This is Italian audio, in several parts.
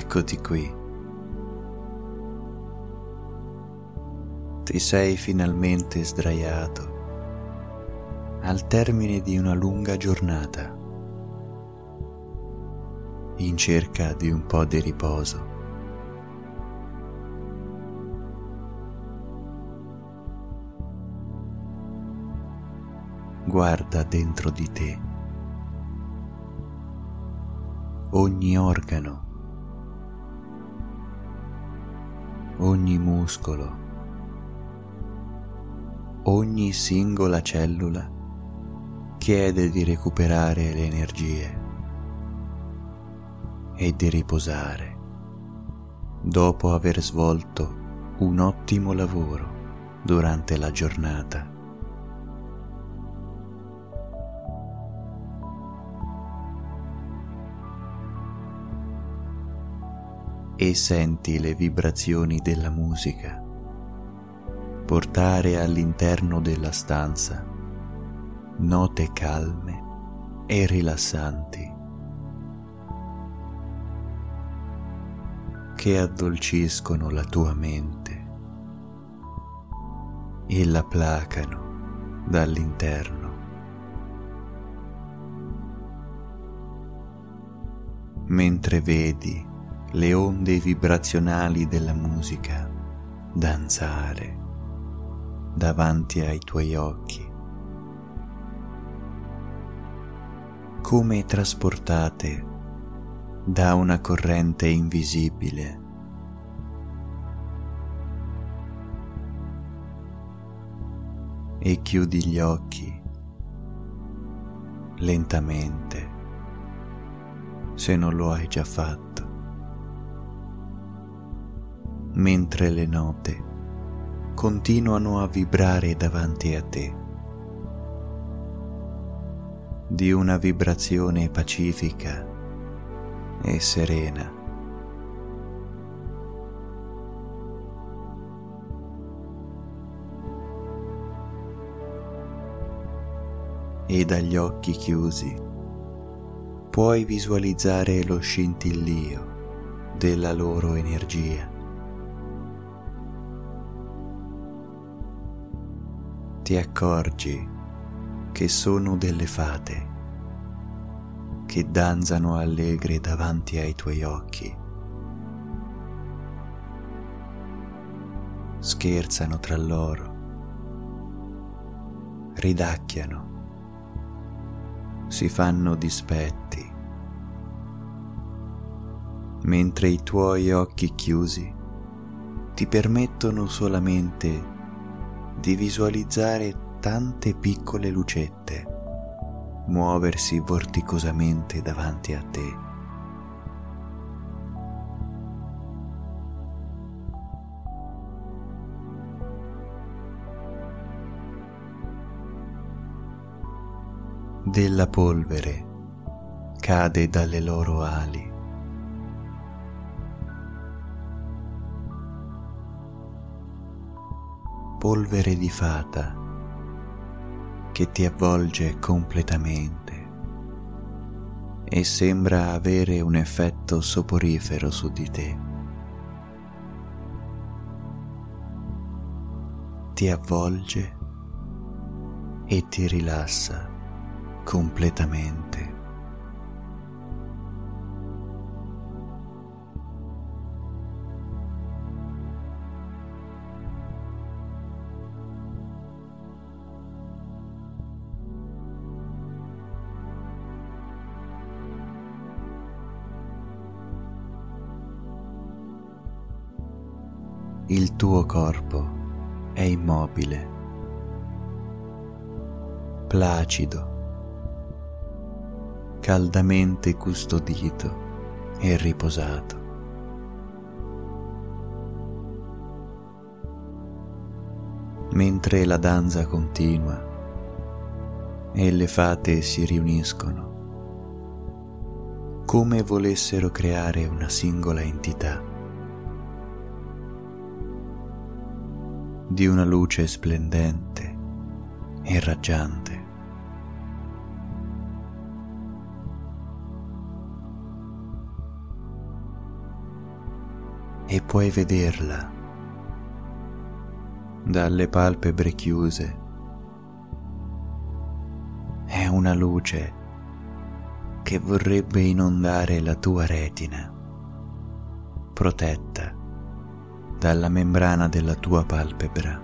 Eccoti qui. Ti sei finalmente sdraiato al termine di una lunga giornata, in cerca di un po' di riposo. Guarda dentro di te. Ogni organo, ogni muscolo, ogni singola cellula chiede di recuperare le energie e di riposare dopo aver svolto un ottimo lavoro durante la giornata. E senti le vibrazioni della musica portare all'interno della stanza note calme e rilassanti che addolciscono la tua mente e la placano dall'interno. Mentre vedi le onde vibrazionali della musica danzare davanti ai tuoi occhi, come trasportate da una corrente invisibile. E chiudi gli occhi lentamente, se non lo hai già fatto, mentre le note continuano a vibrare davanti a te, di una vibrazione pacifica e serena. E dagli occhi chiusi puoi visualizzare lo scintillio della loro energia. Ti accorgi che sono delle fate che danzano allegre davanti ai tuoi occhi. Scherzano tra loro, ridacchiano, si fanno dispetti, mentre i tuoi occhi chiusi ti permettono solamente di visualizzare tante piccole lucette muoversi vorticosamente davanti a te. Della polvere cade dalle loro ali. Polvere di fata che ti avvolge completamente e sembra avere un effetto soporifero su di te. Ti avvolge e ti rilassa completamente. Il tuo corpo è immobile, placido, caldamente custodito e riposato. Mentre la danza continua e le fate si riuniscono, come volessero creare una singola entità, di una luce splendente e raggiante. e puoi vederla dalle palpebre chiuse. È una luce che vorrebbe inondare la tua retina, protetta dalla membrana della tua palpebra.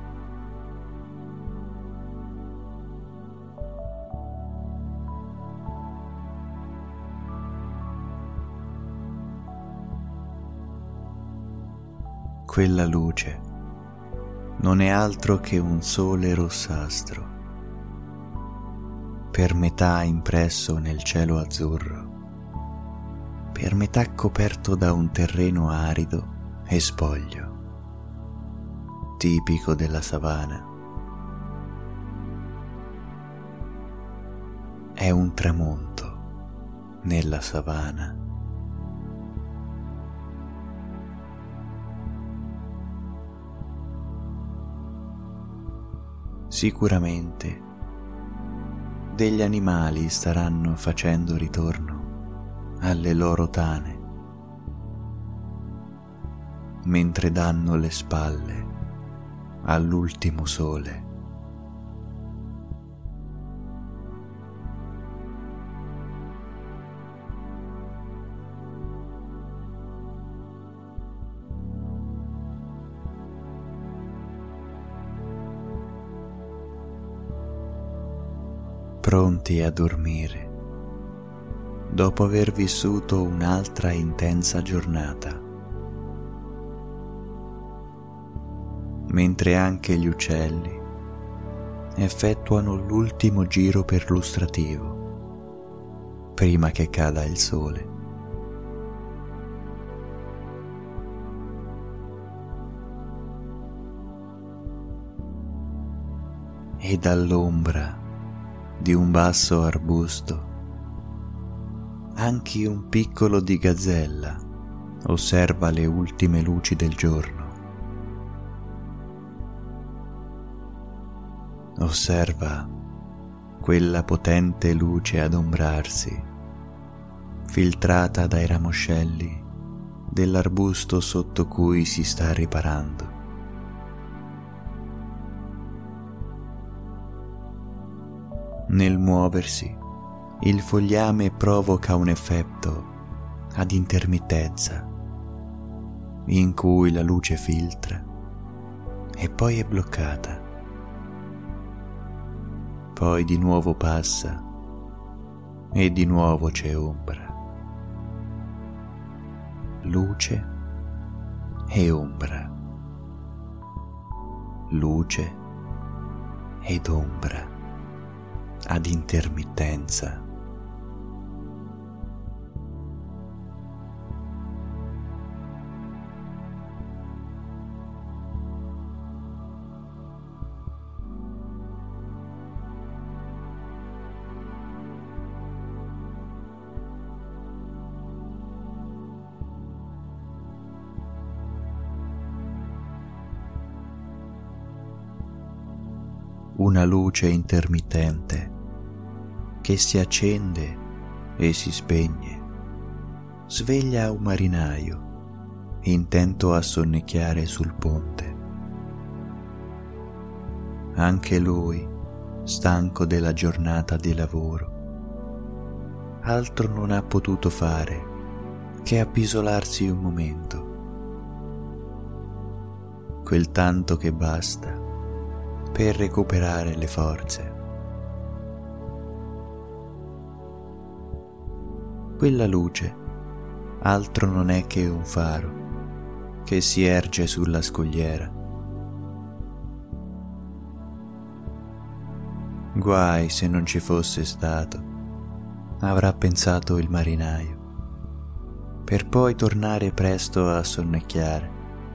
Quella luce non è altro che un sole rossastro, per metà impresso nel cielo azzurro, per metà coperto da un terreno arido e spoglio, tipico della savana. È un tramonto nella savana. Sicuramente degli animali staranno facendo ritorno alle loro tane, mentre danno le spalle all'ultimo sole. Pronti a dormire, dopo aver vissuto un'altra intensa giornata, mentre anche gli uccelli effettuano l'ultimo giro perlustrativo prima che cada il sole. E dall'ombra di un basso arbusto anche un piccolo di gazzella osserva le ultime luci del giorno. Osserva quella potente luce adombrarsi, filtrata dai ramoscelli dell'arbusto sotto cui si sta riparando. Nel muoversi, il fogliame provoca un effetto ad intermittenza, in cui la luce filtra e poi è bloccata. Poi di nuovo passa e di nuovo c'è ombra. Luce e ombra. Luce ed ombra ad intermittenza. Una luce intermittente che si accende e si spegne, sveglia un marinaio intento a sonnecchiare sul ponte. Anche lui, stanco della giornata di lavoro, altro non ha potuto fare che appisolarsi un momento, quel tanto che basta per recuperare le forze. Quella luce altro non è che un faro che si erge sulla scogliera. Guai se non ci fosse stato, avrà pensato il marinaio, per poi tornare presto a sonnecchiare,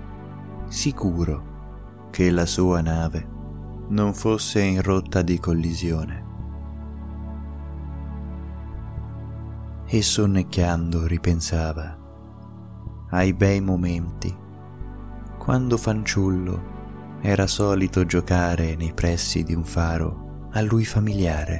sicuro che la sua nave non fosse in rotta di collisione. E sonnecchiando ripensava ai bei momenti quando fanciullo era solito giocare nei pressi di un faro a lui familiare.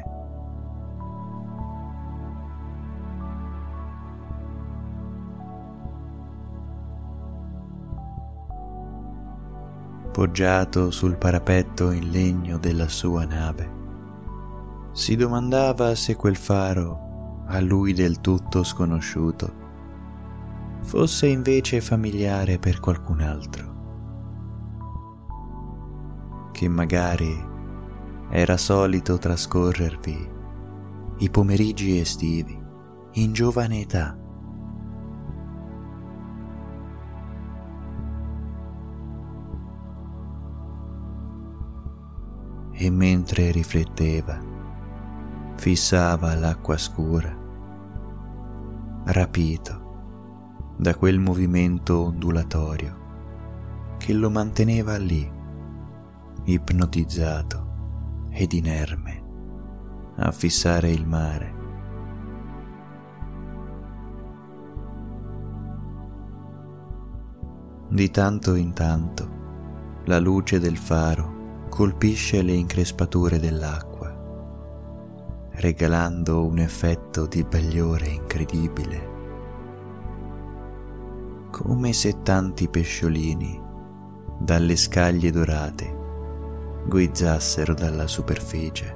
poggiato sul parapetto in legno della sua nave, si domandava se quel faro, a lui del tutto sconosciuto, fosse invece familiare per qualcun altro, che magari era solito trascorrervi i pomeriggi estivi in giovane età. E mentre rifletteva, fissava l'acqua scura, rapito da quel movimento ondulatorio che lo manteneva lì, ipnotizzato ed inerme, a fissare il mare. Di tanto in tanto la luce del faro colpisce le increspature dell'acqua, regalando un effetto di bagliore incredibile, come se tanti pesciolini dalle scaglie dorate guizzassero dalla superficie.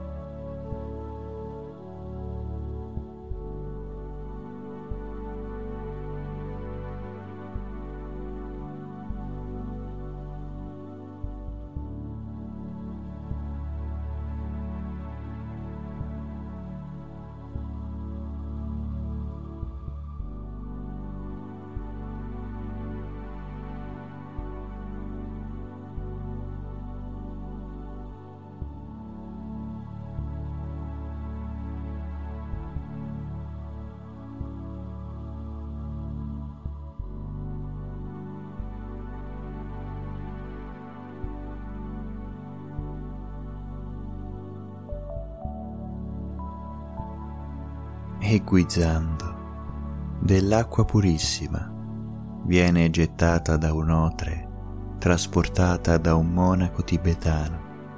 E guizzando dell'acqua purissima viene gettata da un'otre trasportata da un monaco tibetano.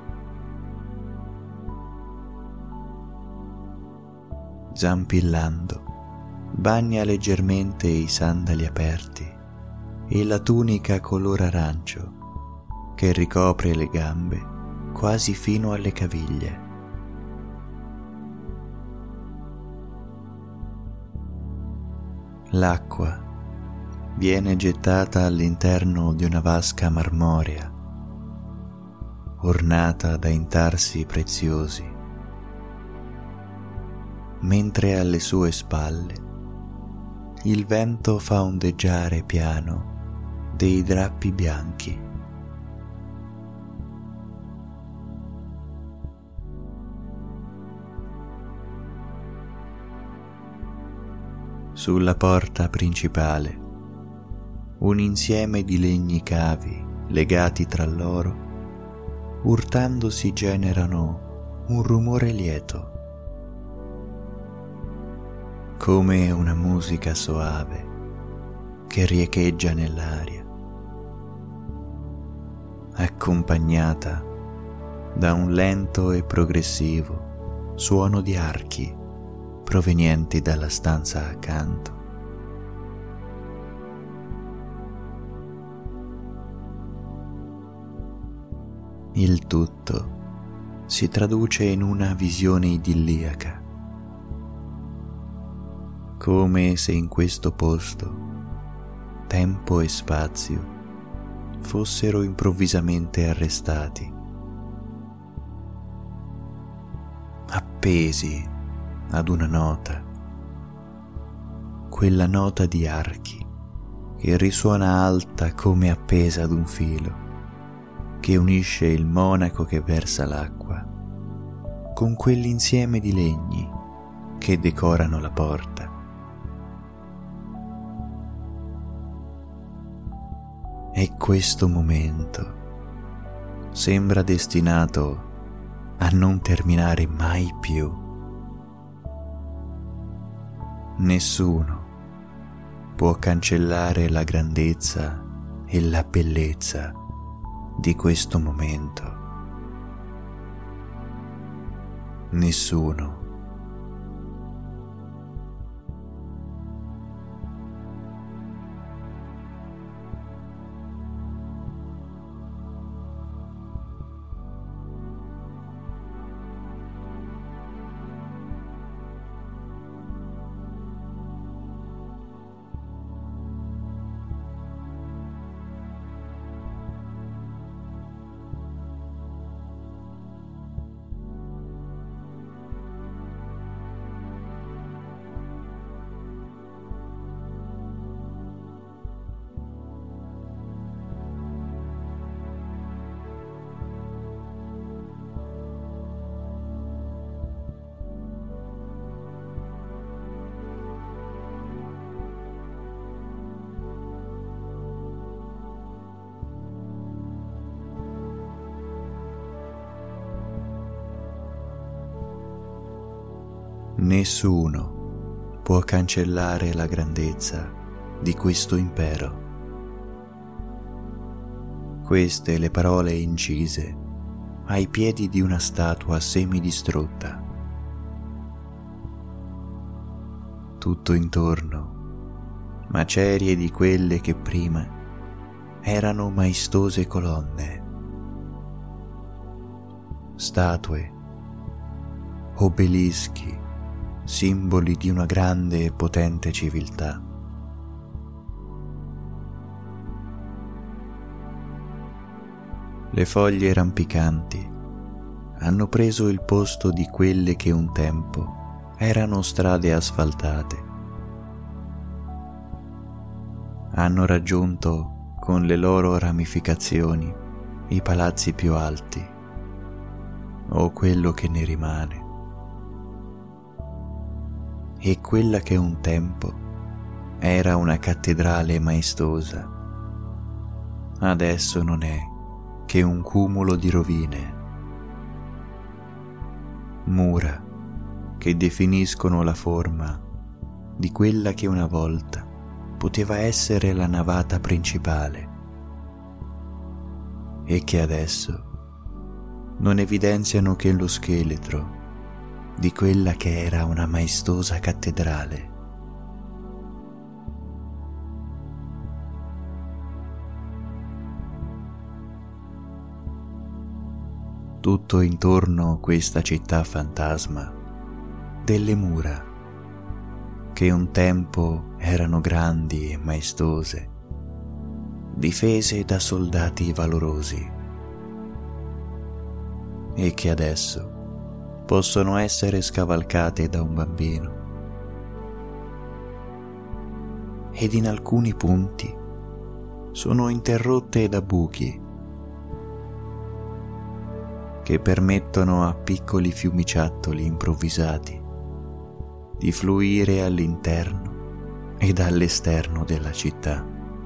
Zampillando bagna leggermente i sandali aperti e la tunica color arancio che ricopre le gambe quasi fino alle caviglie. L'acqua viene gettata all'interno di una vasca marmorea, ornata da intarsi preziosi, mentre alle sue spalle il vento fa ondeggiare piano dei drappi bianchi. Sulla porta principale, un insieme di legni cavi legati tra loro, urtandosi generano un rumore lieto, come una musica soave che riecheggia nell'aria, accompagnata da un lento e progressivo suono di archi provenienti dalla stanza accanto. Il tutto si traduce in una visione idilliaca, come se in questo posto tempo e spazio fossero improvvisamente arrestati, appesi ad una nota, quella nota di archi che risuona alta come appesa ad un filo, che unisce il monaco che versa l'acqua con quell'insieme di legni che decorano la porta. E questo momento sembra destinato a non terminare mai più. Nessuno può cancellare la grandezza e la bellezza di questo momento. Nessuno. Nessuno può cancellare la grandezza di questo impero. Queste le parole incise ai piedi di una statua semidistrutta. Tutto intorno macerie di quelle che prima erano maestose colonne, statue, obelischi, simboli di una grande e potente civiltà. Le foglie rampicanti hanno preso il posto di quelle che un tempo erano strade asfaltate. Hanno raggiunto con le loro ramificazioni i palazzi più alti, o quello che ne rimane. E quella che un tempo era una cattedrale maestosa, adesso non è che un cumulo di rovine, mura che definiscono la forma di quella che una volta poteva essere la navata principale e che adesso non evidenziano che lo scheletro di quella che era una maestosa cattedrale. Tutto intorno questa città fantasma delle mura, che un tempo erano grandi e maestose, difese da soldati valorosi, e che adesso possono essere scavalcate da un bambino. Ed in alcuni punti sono interrotte da buchi che permettono a piccoli fiumiciattoli improvvisati di fluire all'interno ed all'esterno della città.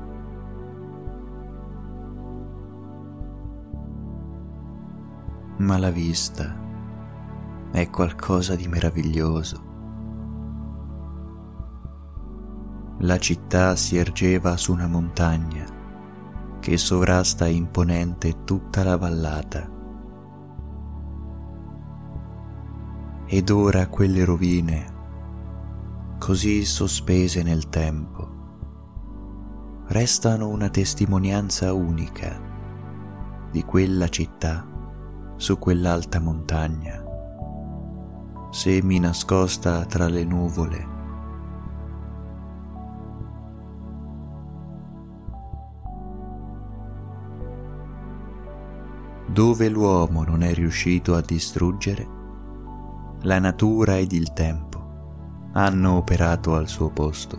Ma la vista è qualcosa di meraviglioso. La città si ergeva su una montagna che sovrasta imponente tutta la vallata. Ed ora quelle rovine, così sospese nel tempo, restano una testimonianza unica di quella città su quell'alta montagna, semi nascosta tra le nuvole. Dove l'uomo non è riuscito a distruggere, la natura ed il tempo hanno operato al suo posto.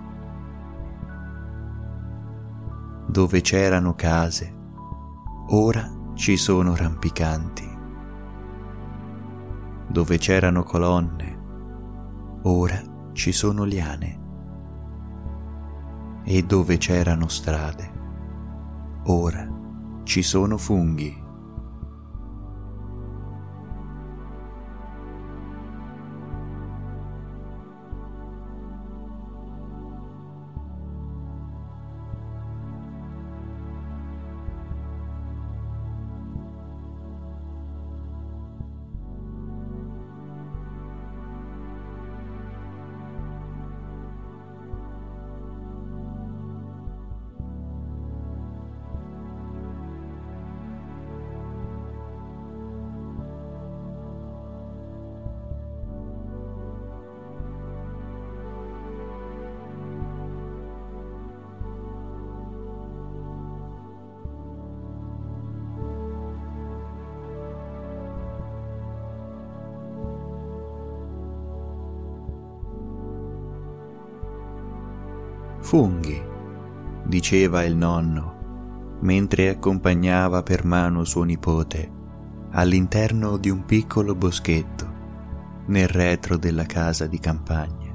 Dove c'erano case, ora ci sono rampicanti. Dove c'erano colonne, ora ci sono liane. E dove c'erano strade, ora ci sono funghi. Funghi, diceva il nonno, mentre accompagnava per mano suo nipote all'interno di un piccolo boschetto nel retro della casa di campagna.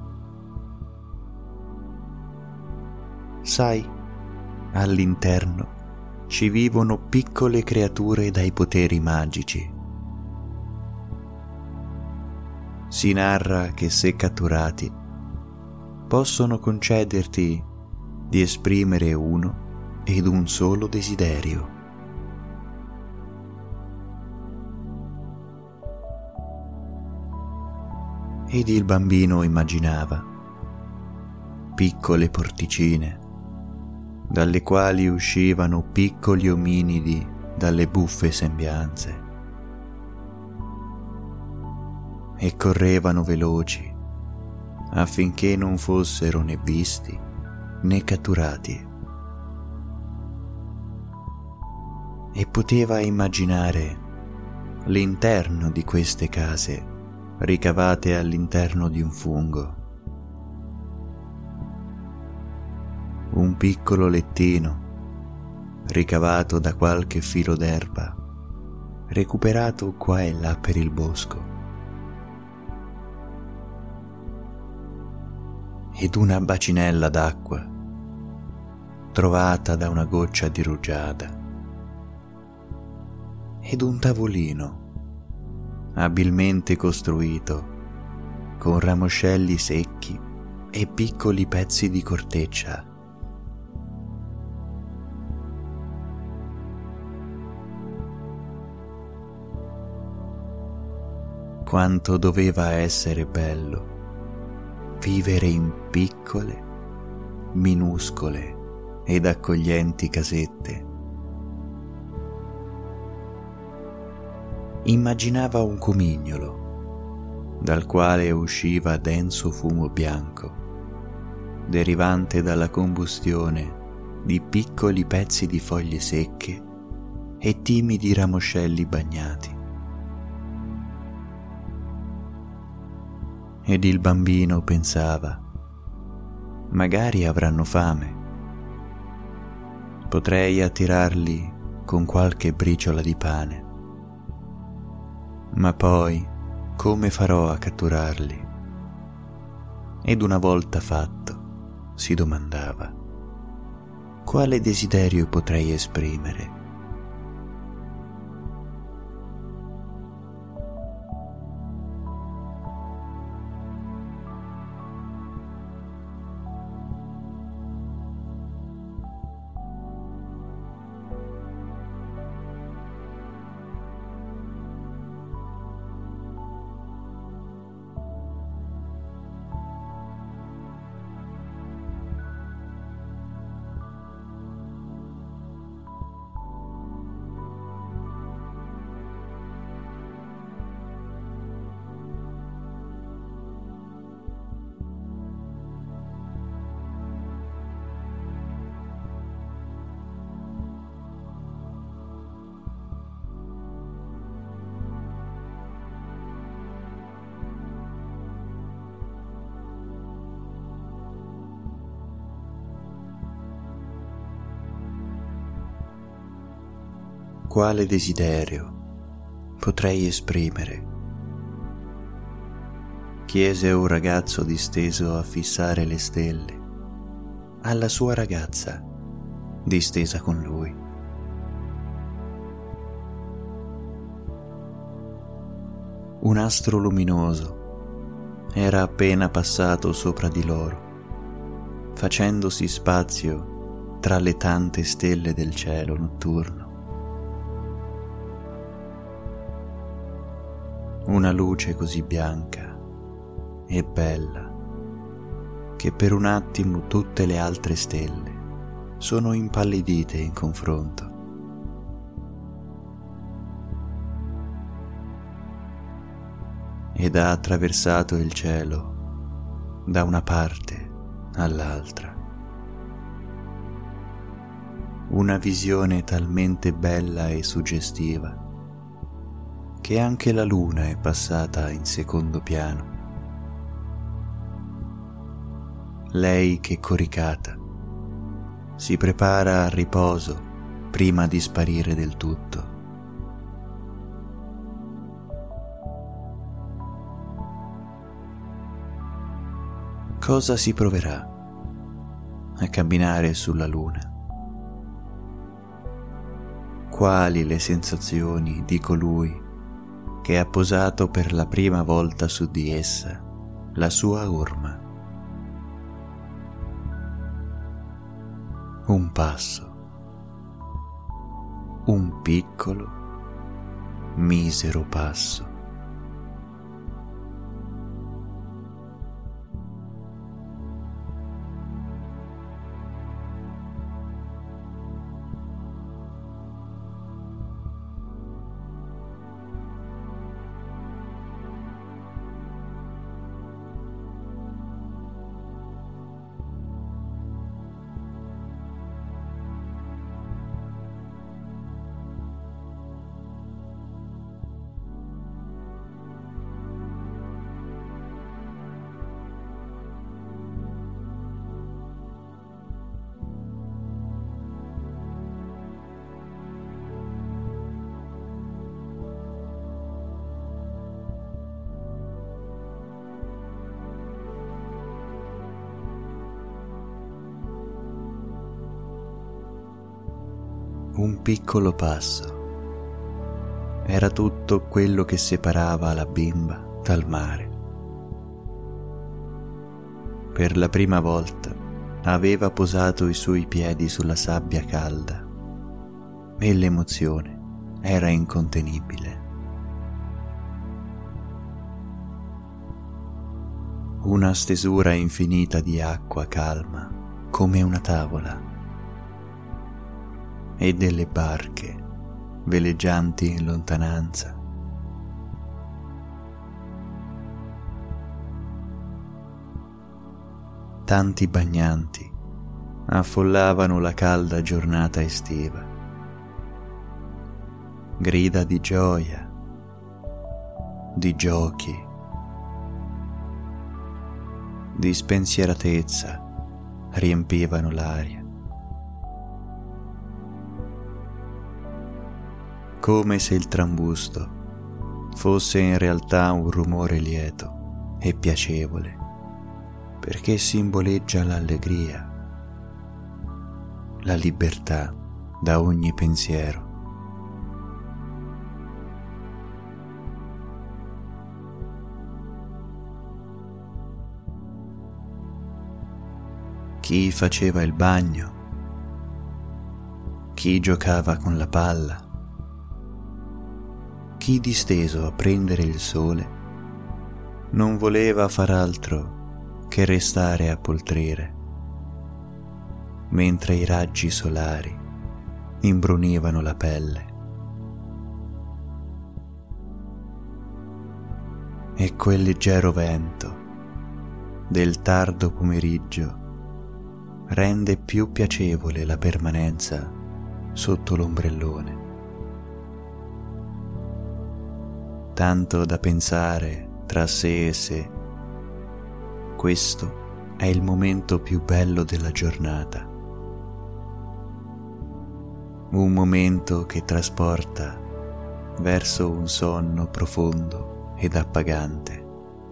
Sai, all'interno ci vivono piccole creature dai poteri magici. si narra che se catturati possono concederti di esprimere uno ed un solo desiderio. Ed il bambino immaginava piccole porticine dalle quali uscivano piccoli ominidi dalle buffe sembianze e correvano veloci affinché non fossero né visti né catturati. E poteva immaginare l'interno di queste case ricavate all'interno di un fungo, un piccolo lettino ricavato da qualche filo d'erba recuperato qua e là per il bosco, ed una bacinella d'acqua trovata da una goccia di rugiada, ed un tavolino abilmente costruito con ramoscelli secchi e piccoli pezzi di corteccia. Quanto doveva essere bello vivere in piccole, minuscole ed accoglienti casette. Immaginava un comignolo dal quale usciva denso fumo bianco, derivante dalla combustione di piccoli pezzi di foglie secche e timidi ramoscelli bagnati. Ed il bambino pensava: magari avranno fame. Potrei attirarli con qualche briciola di pane. Ma poi come farò a catturarli? Ed una volta fatto, si domandava: quale desiderio potrei esprimere? Quale desiderio potrei esprimere? Chiese un ragazzo disteso a fissare le stelle alla sua ragazza distesa con lui. Un astro luminoso era appena passato sopra di loro, facendosi spazio tra le tante stelle del cielo notturno. Una luce così bianca e bella che per un attimo tutte le altre stelle sono impallidite in confronto. Ed ha attraversato il cielo da una parte all'altra. Una visione talmente bella e suggestiva che anche la luna è passata in secondo piano. Lei che coricata si prepara al riposo prima di sparire del tutto. Cosa si proverà a camminare sulla luna? Quali le sensazioni di colui che ha posato per la prima volta su di essa la sua orma. Un passo, un piccolo, misero passo. Un piccolo passo. Era tutto quello che separava la bimba dal mare. Per la prima volta aveva posato i suoi piedi sulla sabbia calda e l'emozione era incontenibile. Una stesura infinita di acqua calma come una tavola e delle barche veleggianti in lontananza. Tanti bagnanti affollavano la calda giornata estiva. Grida di gioia, di giochi, di spensieratezza riempivano l'aria. Come se il trambusto fosse in realtà un rumore lieto e piacevole, perché simboleggia l'allegria, la libertà da ogni pensiero. Chi faceva il bagno, chi giocava con la palla, chi disteso a prendere il sole non voleva far altro che restare a poltrire, mentre i raggi solari imbrunivano la pelle. E quel leggero vento del tardo pomeriggio rende più piacevole la permanenza sotto l'ombrellone. Tanto da pensare tra sé e sé: questo è il momento più bello della giornata, un momento che trasporta verso un sonno profondo ed appagante,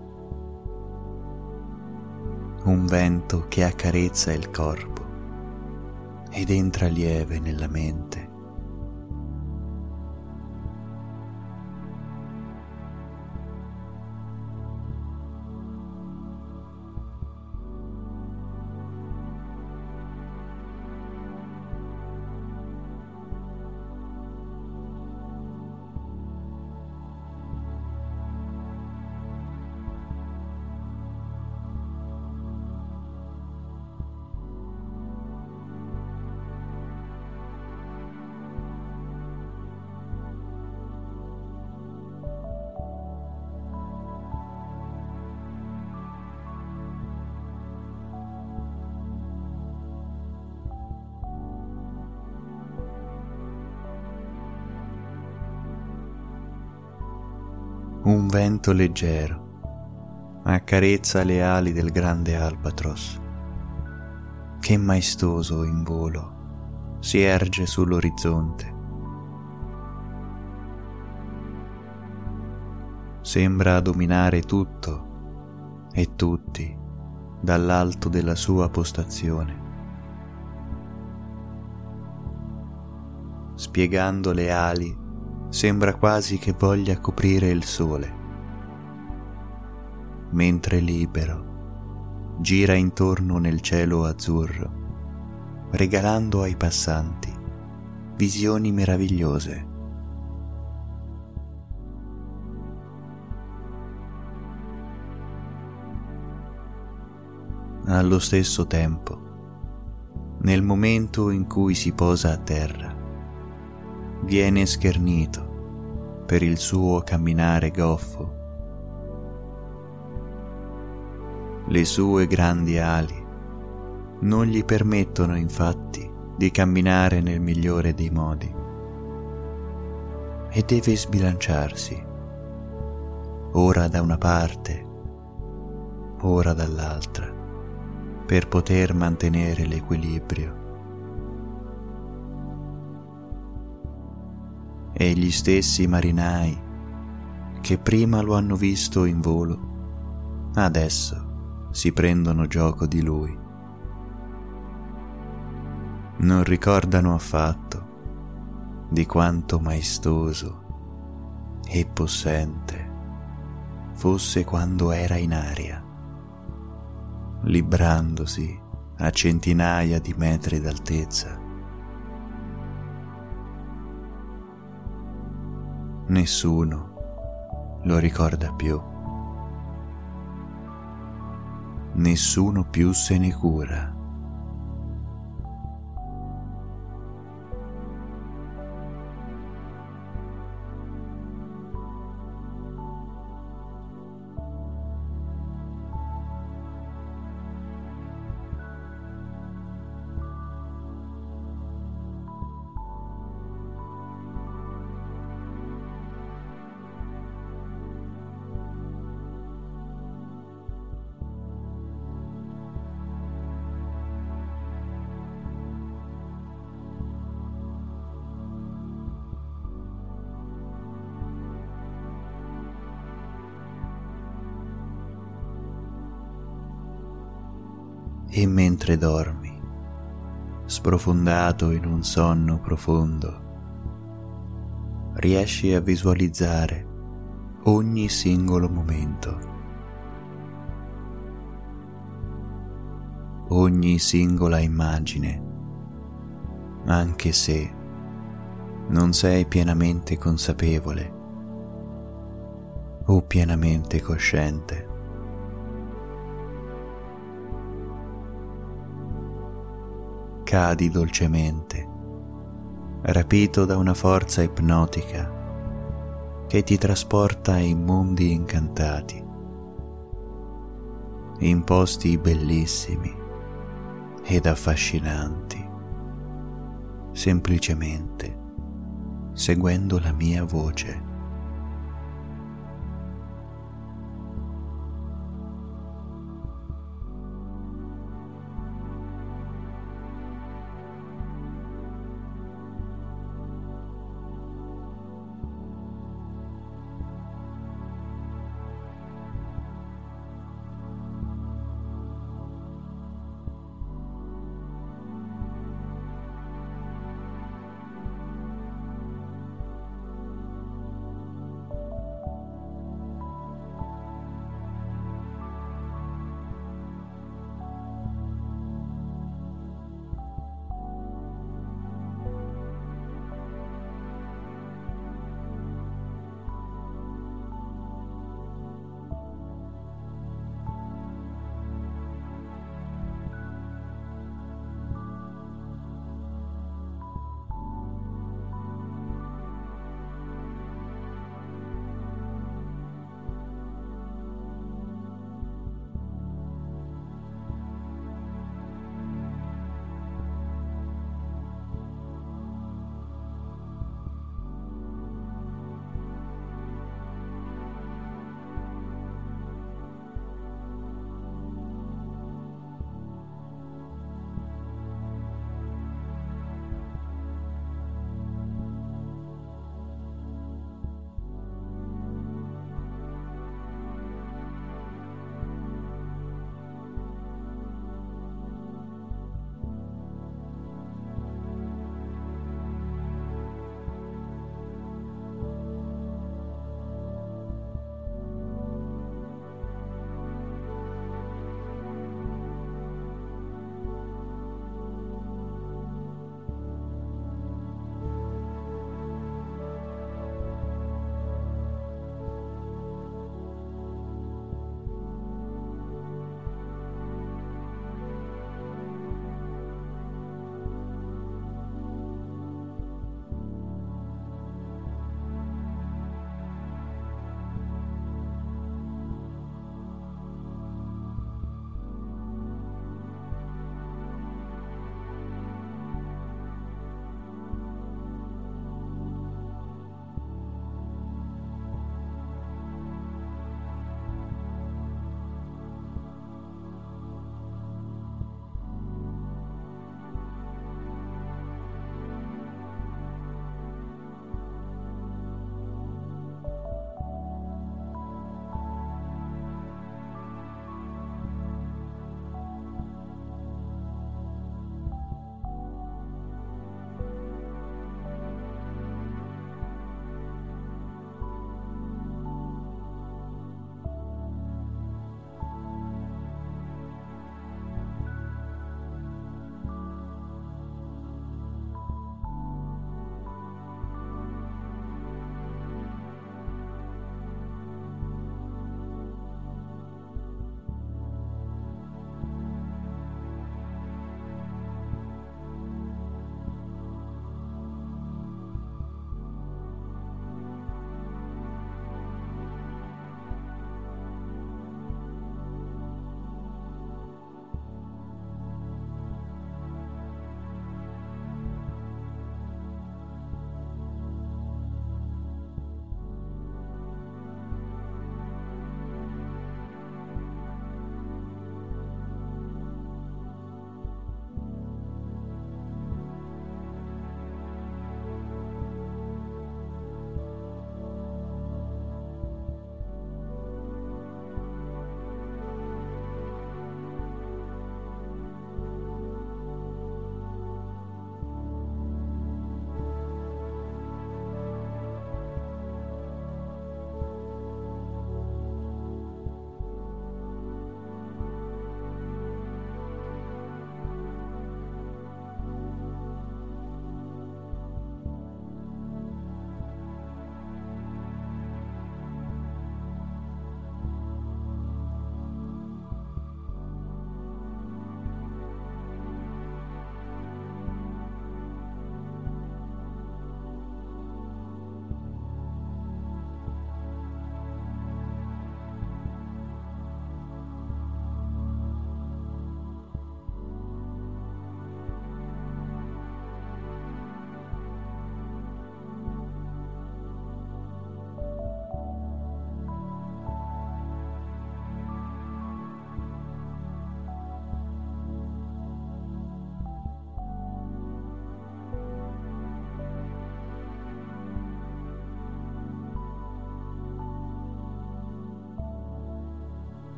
un vento che accarezza il corpo ed entra lieve nella mente. Un vento leggero accarezza le ali del grande albatros, che maestoso in volo si erge sull'orizzonte. Sembra dominare tutto e tutti dall'alto della sua postazione, spiegando le ali sembra quasi che voglia coprire il sole, mentre libero gira intorno nel cielo azzurro, regalando ai passanti visioni meravigliose. Allo stesso tempo, nel momento in cui si posa a terra, viene schernito per il suo camminare goffo. Le sue grandi ali non gli permettono infatti di camminare nel migliore dei modi e deve sbilanciarsi, ora da una parte, ora dall'altra, per poter mantenere l'equilibrio. E gli stessi marinai che prima lo hanno visto in volo, adesso si prendono gioco di lui. Non ricordano affatto di quanto maestoso e possente fosse quando era in aria, librandosi a centinaia di metri d'altezza. Nessuno lo ricorda più. Nessuno più se ne cura. E mentre dormi, sprofondato in un sonno profondo, riesci a visualizzare ogni singolo momento, ogni singola immagine, anche se non sei pienamente consapevole o pienamente cosciente. Cadi dolcemente, rapito da una forza ipnotica che ti trasporta in mondi incantati, in posti bellissimi ed affascinanti, semplicemente seguendo la mia voce.